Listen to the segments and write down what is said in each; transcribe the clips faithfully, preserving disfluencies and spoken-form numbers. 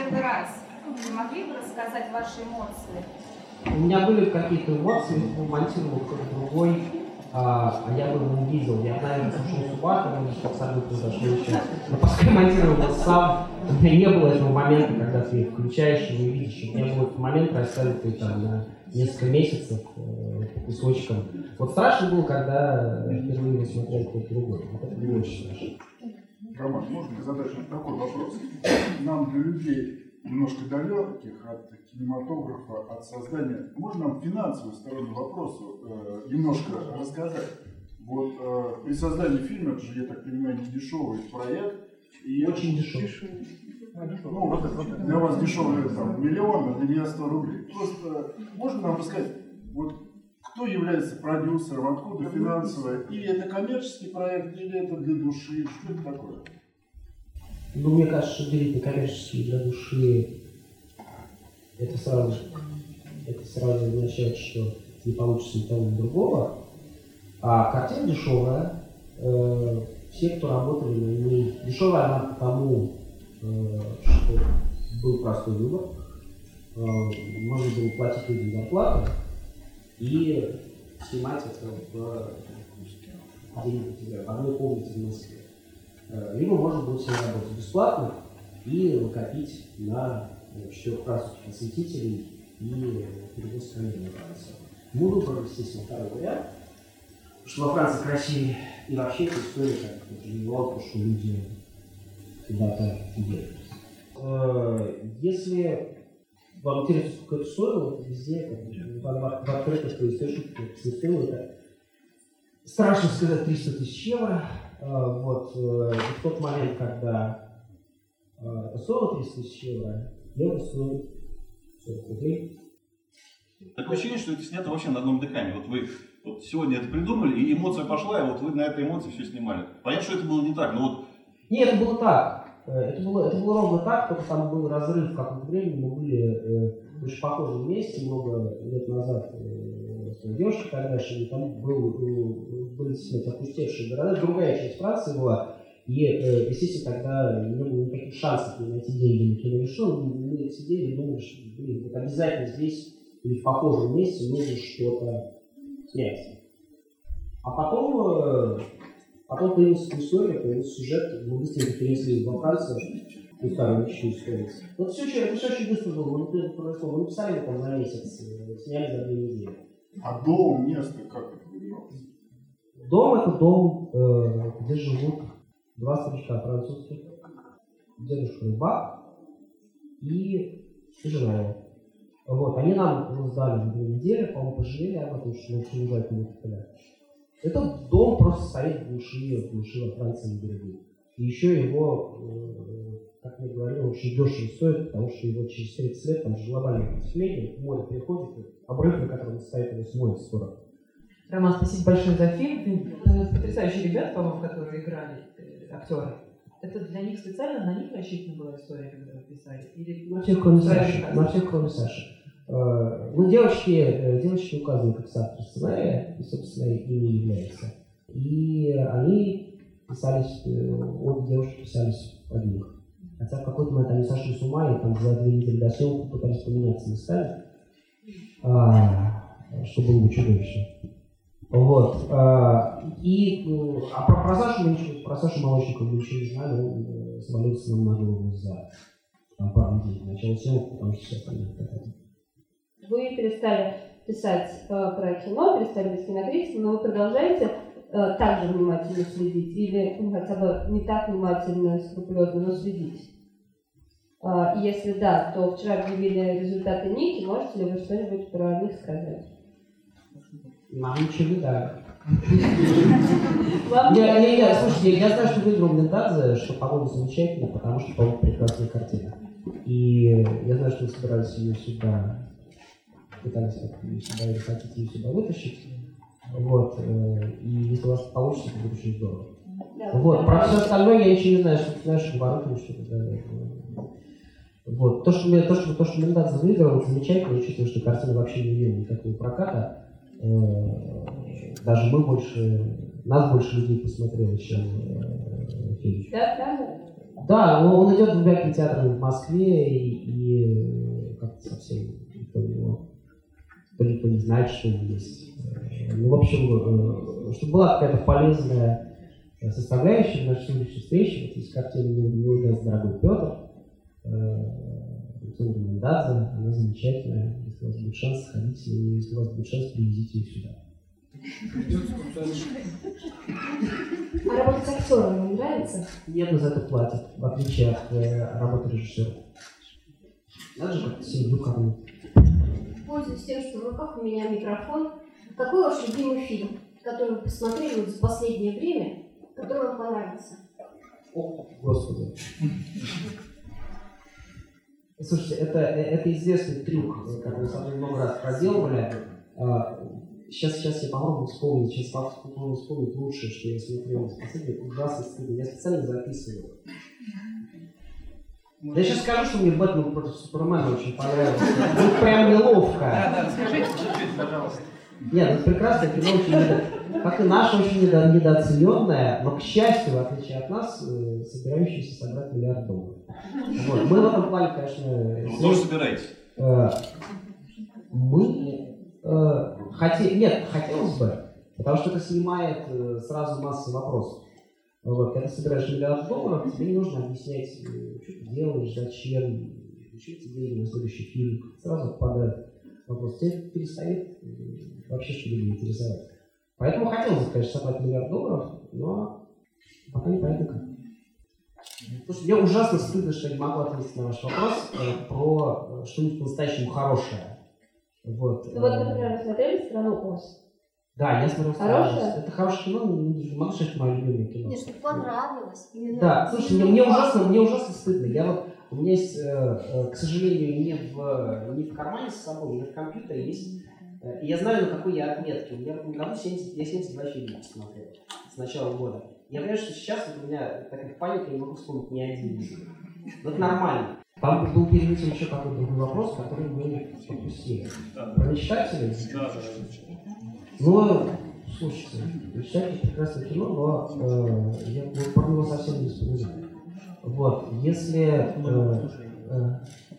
первый раз. Вы могли бы рассказать ваши эмоции? У меня были какие-то эмоции, монтировал кто-то другой, а, а я бы его увидел. Я, наверное, слушал Субата, но что сам произошло еще. Но пока я монтировал его сам, у меня не было этого момента, когда ты включаешь и не видишь. У меня был этот момент, растянутый там на несколько месяцев э, по кусочкам. Вот страшно было, когда впервые его смотрел кто-то другой. Вот это было очень страшно. Роман, можно задать такой вопрос? Нам, для людей немножко далеких от кинематографа, от создания, можно нам финансовую сторону вопроса э, немножко рассказать? Вот э, при создании фильма, это же, я так понимаю, не дешевый проект. И очень дешевый. Ну, вот для вас дешевый там, миллион, а для меня сто рублей. Просто можно нам рассказать, вот кто является продюсером, откуда финансовое, или это коммерческий проект, или это для души, что это такое? Ну, мне кажется, что делить на коммерческие для души, это сразу, это сразу означает, что не получится ни того, ни другого. А картина дешевая, э, все, кто работали на ней, дешевая она потому, э, что был простой выбор, э, можно было платить людям зарплату и снимать это в, в одной комнате в Москве. Либо можно было себе работать бесплатно и накопить на четырехкрасных осветителей и перевоз камеры на Францию. Мы выбрали, естественно, второй вариант, потому что во Франции красивее, и вообще эта история как не потому что люди куда-то едут. Если вам интересно, сколько это стоило, это везде, в, в открытых источниках, это стоило, это страшно сказать триста тысяч евро. Uh, вот, uh, и в тот момент, когда uh, это стоило триста тысяч евро, евро стоил сорок рублей. Такое ощущение, что это снято вообще на одном дыхании. Вот вы вот сегодня это придумали, и эмоция пошла, и вот вы на этой эмоции все снимали. Понятно, что это было не так, но вот... Нет, это было так. Это было, это было ровно так, только там был разрыв в каком-то времени. Мы были э, очень похожи вместе много лет назад. Девушка тогда, что там был, были снять опустевшие города, другая часть Франции была, и, естественно, тогда не было никаких шансов найти деньги на кино решил, мы сидели и думали, что блин, вот обязательно здесь или в похожем месте нужно что-то снять. А потом, потом появилась история, появился сюжет, мы быстренько перенесли во Францию, и старую мечту историю. Вот все, это все очень быстро было, мы, произошло, мы написали там за месяц, сняли за две недели. А дом, место, как это выбиралось? Дом — это дом, э, где живут два старичка французских. Дедушка рыбак и жена его. Вот, они нам сдали за две недели, по-моему, пожалели об этом, что мы очень ужасно не хотели. Этот дом просто стоит в глуши, в глуши во Франции на берегу. И еще его, э, как я говорил, очень дешево стоит, потому что его через тридцать лет, там же глобальное потепление, море переходит, обрыв, на котором стоит, его смоет скоро. Роман, спасибо большое за фильм. Потрясающие ребята, по-моему, которые играли, актеры. Это для них специально, на них рассчитана была история, когда вы писали? Или... На всех, кроме Саши. На всех, кроме Саши. Ну, девочки, девочки указаны как соавторы сценария, и, собственно, ими являются. И они писались, обе девушки писались под них. Хотя в какой-то момент они сошли с ума, и там за две недели до съемки пытались поменяться местами, а, что было бы чудовищно. Вот. А, и а про, про Сашу мы ничего, про Сашу Молочникова мы ничего не знали, он свалился нам на голову за там, пару недель до начала съемок, потому что все понятно. Вы перестали писать э, про кино, перестали быть кинокритиком, но вы продолжаете э, так же внимательно следить, или ну, хотя бы не так внимательно, скрупулезно, но следить. Э, и если да, то вчера объявили результаты Ники, можете ли вы что-нибудь про них сказать? Нам ничего не дали. Не, не, не, слушайте, я знаю, что выиграл Мендадзе, что, по-моему, замечательно, потому что, по-моему, прекрасная картина. И я знаю, что вы собирались ее сюда, пытались как-то ее сюда, или хотите ее сюда вытащить. Вот. И если у вас получится, то будет очень здорово. Вот. Про все остальное я еще не знаю, что ты знаешь, говорю, или что-то далее. Вот. То, что, то, что, то, что Мендадзе выиграл, это замечательно. Я чувствую, что картина вообще не имела никакого проката. Даже мы больше, нас больше людей посмотрели, чем э, фильм. Да, правда? Да, он, он идет в двумя кинотеатрами в Москве, и, и как-то совсем никто, его, никто не знает, что он есть. Ну, в общем, чтобы была какая-то полезная составляющая в нашей сегодняшней встрече, вот есть картина «Неудастся, дорогой Петр», Александра Мендаза, она замечательная. Если у вас будет шанс, сходите, и если у вас будет шанс, привезите ее сюда. А работать с актером вам нравится? Нет, но за это платят, в отличие от э, работы режиссера. Надо же как-то семью кормить. Пользуясь тем, что в руках у меня микрофон, какой ваш любимый фильм, который вы посмотрели вот за последнее время, который вам понравился? О, Господи. Слушайте, это, это известный трюк, который мы с вами много раз проделывали. Сейчас, сейчас я попробую вспомнить, сейчас попробую вспомнить лучшее, что я смотрел. Последний ужасно стыдно. Я специально записываю. Я сейчас скажу, что мне «Бэтмен против Супермена» очень понравилось. Ну, прям неловко. Да, да, расскажите чуть-чуть, пожалуйста. Нет, это прекрасное кино, очень недо... как и наше, очень недо... недооцененное, но, к счастью, в отличие от нас, собирающееся собрать миллиард долларов. Вот. Мы в этом плане, конечно... Вы тоже собираетесь? Э, мы э, хотели... Нет, хотелось бы, потому что это снимает э, сразу массу вопросов. Вот. Когда ты собираешь миллиард долларов, тебе не нужно объяснять, что ты делаешь, зачем, зачем тебе на следующий фильм. Сразу попадает вопрос. Тебе перестает вообще что-либо интересовать. Поэтому хотелось бы, конечно, собрать миллиард долларов, но пока непонятно как. Слушай, мне ужасно стыдно, что я не могу ответить на ваш вопрос э, про что-нибудь по-настоящему хорошее. Вот, Ну вот, например, вы смотрели «Страну Оз»? Да, я смотрел Хорошее? «Страну Оз». Это хорошее кино, не, не могу сказать, что мое любимое кино. Мне что понравилось. Именно Да, слушай, мне, мне, ужасно, мне ужасно стыдно. Я вот, у меня есть, э, э, к сожалению, не в, не в кармане с собой, не в компьютере есть. Э, и я знаю, на какой я отметке. У меня в этом году семьдесят, я семьдесят два фильма посмотрел с начала года. Я понимаю, что сейчас вот у меня такая паника, я не могу вспомнить ни один. Но это нормально. Там был перед этим еще какой-то другой вопрос, который мы пропустили. Про мечтателей? Да. Ну, слушайте, мечтатель прекрасное кино, но э, я ну, про него совсем не вспоминаю. Вот, если, э, э,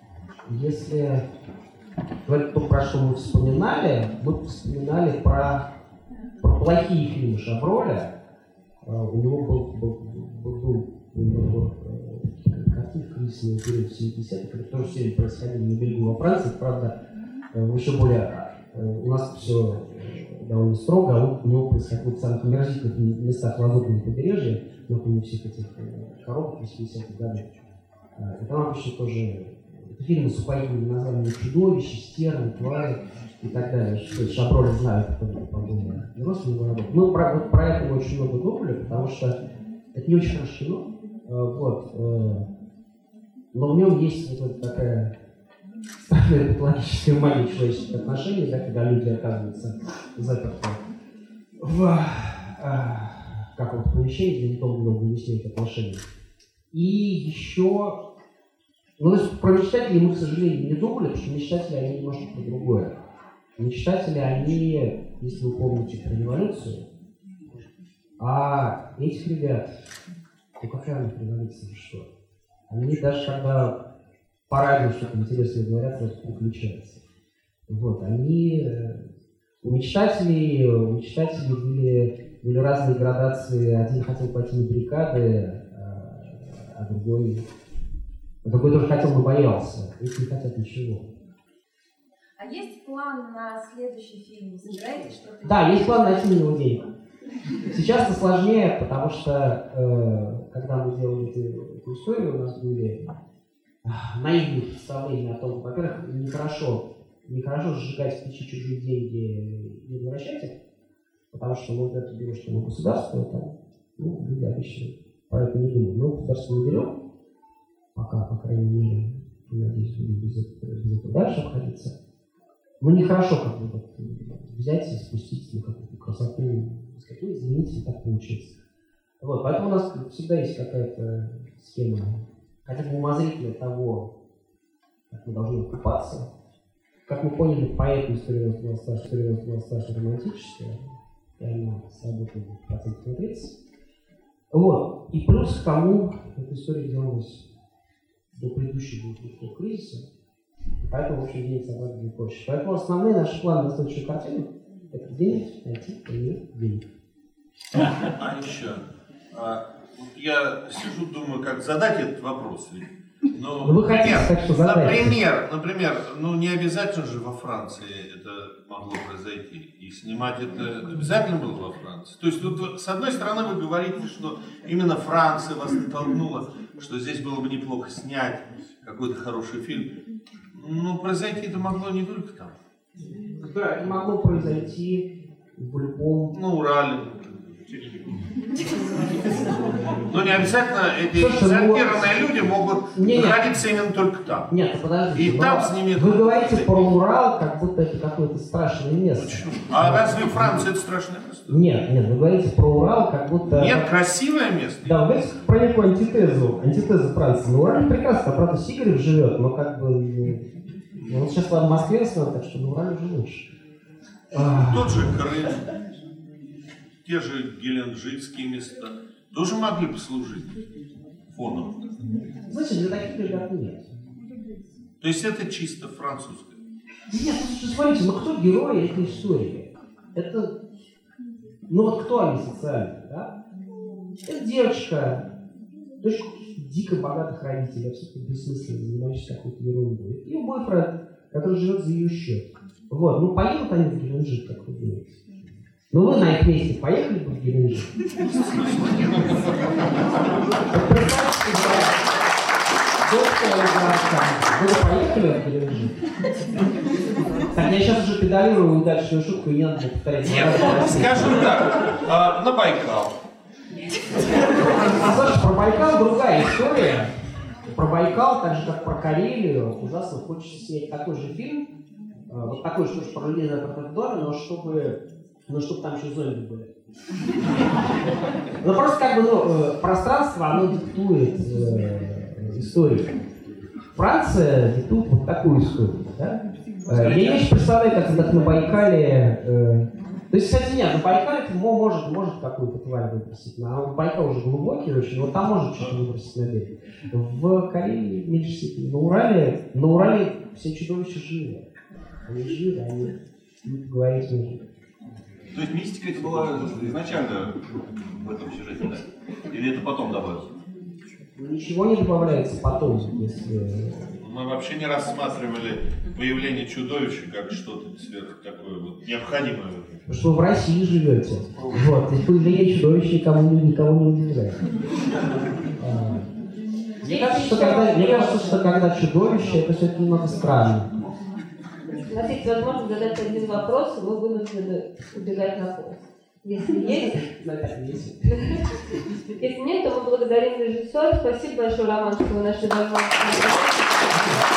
если говорить то, про что мы вспоминали, мы вспоминали про, про плохие фильмы Шаброля. У него был, был, был, был, был э, картин кризисный период в семидесятых, который тоже все время происходил на берегу во Франции, правда, э, еще более, э, у нас все довольно строго, а у него происходило в самых омерзительных местах Лазурного побережья, например, всех этих э, коробок восьмидесятых годов. Э, и там обычно тоже это фильмы с упоительными названиями «Чудовище», «Стерн», «Тварь» и так далее. Что Шаброля знают, кто это подобное. Мы про, вот про это мы очень много думали, потому что это не очень хорошее кино. Вот. Но в нем есть вот такая странная патологическая магия человеческих отношений, да, когда люди оказываются заперты в каком-то помещении, где никому не долго выяснять отношения. И еще... Ну, то есть про мечтателей мы, к сожалению, не думали, потому что мечтатели, они немножко про другое. Мечтатели, они, если вы помните про революцию, а этих ребят, ну какая у них революция, что? Они даже когда по радио что-то интересное говорят, просто переключаются. Вот, они... У мечтателей, у мечтателей были, были разные градации. Один хотел пойти на баррикады, а, а другой... А другой тоже хотел, но боялся. Эти не хотят ничего. А есть план на следующий фильм? Собираетесь что-то? Да, есть план найти на него денег. Сейчас это сложнее, потому что э, когда мы делали эту, эту историю, у нас были э, наивные представления о том, во-первых, нехорошо, нехорошо сжигать в печи чужие деньги и возвращать их, потому что мы вот это берем, что мы государство, там, ну, люди обычно про это не думают. Мы государство не берем, пока, по крайней мере, надеюсь, будем без этого, без этого дальше обходиться. Ну, нехорошо как бы вот, взять и спустить на какую-то красоту, извините, так получится. Вот, поэтому у нас всегда есть какая-то схема, хотя бы умозрительная того, как мы должны окупаться. Как мы поняли, по этой истории у нас была старшая, история у нас была старшая романтическая, и она сработала в проценте на тридцать. Вот. И плюс к тому, эта история делалась до предыдущего глубокого кризиса, поэтому, в общем, денег собрать будет проще. Поэтому основные наши планы на следующую картину – это денег, найти и денег. А еще, а, вот я сижу, думаю, как задать этот вопрос. Ну, Вы хотите, так что задайте. Например, например, ну не обязательно же во Франции это могло произойти. И снимать это обязательно было во Франции. То есть, вот, с одной стороны, вы говорите, что именно Франция вас натолкнула, что здесь было бы неплохо снять какой-то хороший фильм. Ну, произойти это могло не только там. Да, это могло произойти в любом... На Урале. Но не обязательно эти заангированные люди могут не, находиться именно только там. Нет, ну подождите. И там снимет. Вы говорите про Урал, как будто это какое-то страшное место. Почему? А разве Франция это страшное место? Нет, нет, вы говорите про Урал, как будто... Нет, красивое место. Да, вы говорите про некую антитезу, антитезу Франции. На Урале прекрасно, правда, Сигарев живет, но как бы... Ну, он сейчас в Москве основном, так что на Урале уже лучше. Тот же Крым, те же геленджикские места тоже могли послужить фоном. Знаете, для таких ребят нет. То есть это чисто французское? Нет, ну, смотрите, ну кто герои этой истории? Это, ну вот кто они социальные, да? Это девочка, дочка дико богатых родителей, абсолютно бессмысленно, занимающаяся какой-то ерундой. Ее бойфренд, который живет за ее счет. Вот, ну поедут они в Геленджик, как вы думаете? Ну вы на их месте поехали бы в Геленджик? Вы поехали в Геленджик? Так, я сейчас уже педалирую удачную шутку, и не надо повторять. Нет, скажем так, а, на Байкал. А Саша, про Байкал другая история. Про Байкал, так же как про Карелию, ужасно хочется снять такой же фильм, вот такой же тоже про людей на доме, но чтобы, но чтобы там еще зомби были. Ну просто как бы ну, пространство, оно диктует э, историю. Франция диктует вот такую историю. Да? Я не очень представляю, как, как на Байкале. Э, то есть, кстати, нет, на Байкале может, может какую-то тварь выбросить, но Байкал уже глубокий очень, вот там может что-то выбросить на берег. В Карелии меньше всего. На Урале, на Урале все чудовища живы. Они живы, они говорить не. То есть мистика это была изначально в этом сюжете, да? Или это потом добавилось? Ничего не добавляется потом, если... Мы вообще не рассматривали появление чудовища как что-то сверх такое вот необходимое. Потому что вы в России живете. Вот, и появление чудовища никому, никого не удивляет. Мне кажется, что когда, мне кажется, что когда чудовище, это все-таки немного странно. У нас есть возможность задать один вопрос, и мы вынуждены убегать на поезд. Если есть, если нет, то мы благодарим режиссера. Спасибо большое, Роман, что вы нашли возможность.